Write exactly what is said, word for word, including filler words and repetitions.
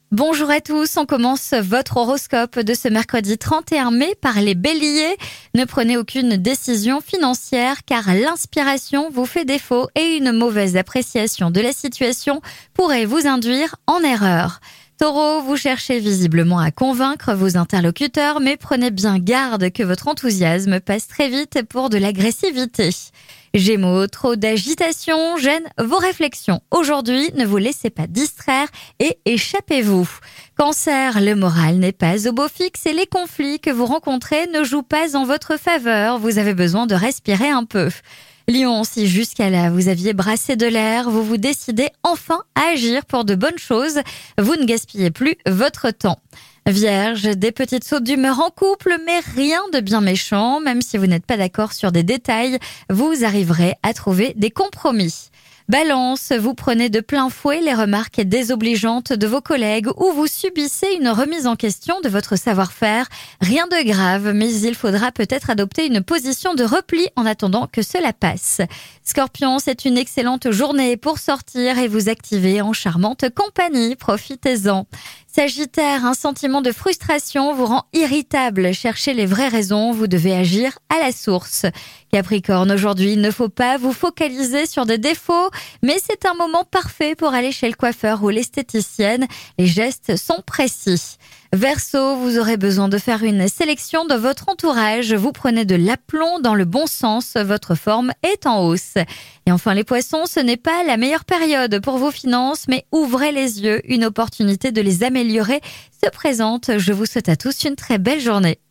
Bonjour à tous, on commence votre horoscope de ce mercredi trente et un mai par les béliers. Ne prenez aucune décision financière car l'inspiration vous fait défaut et une mauvaise appréciation de la situation pourrait vous induire en erreur. Taureau, vous cherchez visiblement à convaincre vos interlocuteurs, mais prenez bien garde que votre enthousiasme passe très vite pour de l'agressivité. Gémeaux, trop d'agitation gêne vos réflexions. Aujourd'hui, ne vous laissez pas distraire et échappez-vous. Cancer, le moral n'est pas au beau fixe et les conflits que vous rencontrez ne jouent pas en votre faveur. Vous avez besoin de respirer un peu. Lion, si jusqu'à là vous aviez brassé de l'air, vous vous décidez enfin à agir pour de bonnes choses. Vous ne gaspillez plus votre temps. Vierge, des petites sautes d'humeur en couple, mais rien de bien méchant. Même si vous n'êtes pas d'accord sur des détails, vous arriverez à trouver des compromis. Balance, vous prenez de plein fouet les remarques désobligeantes de vos collègues ou vous subissez une remise en question de votre savoir-faire. Rien de grave, mais il faudra peut-être adopter une position de repli en attendant que cela passe. Scorpion, c'est une excellente journée pour sortir et vous activer en charmante compagnie. Profitez-en. Sagittaire, un sentiment de frustration vous rend irritable. Cherchez les vraies raisons, vous devez agir à la source. Capricorne, aujourd'hui, il ne faut pas vous focaliser sur des défauts, mais c'est un moment parfait pour aller chez le coiffeur ou l'esthéticienne. Les gestes sont précis. Verseau, vous aurez besoin de faire une sélection de votre entourage. Vous prenez de l'aplomb dans le bon sens. Votre forme est en hausse. Et enfin, les poissons, ce n'est pas la meilleure période pour vos finances, mais ouvrez les yeux. Une opportunité de les améliorer se présente. Je vous souhaite à tous une très belle journée.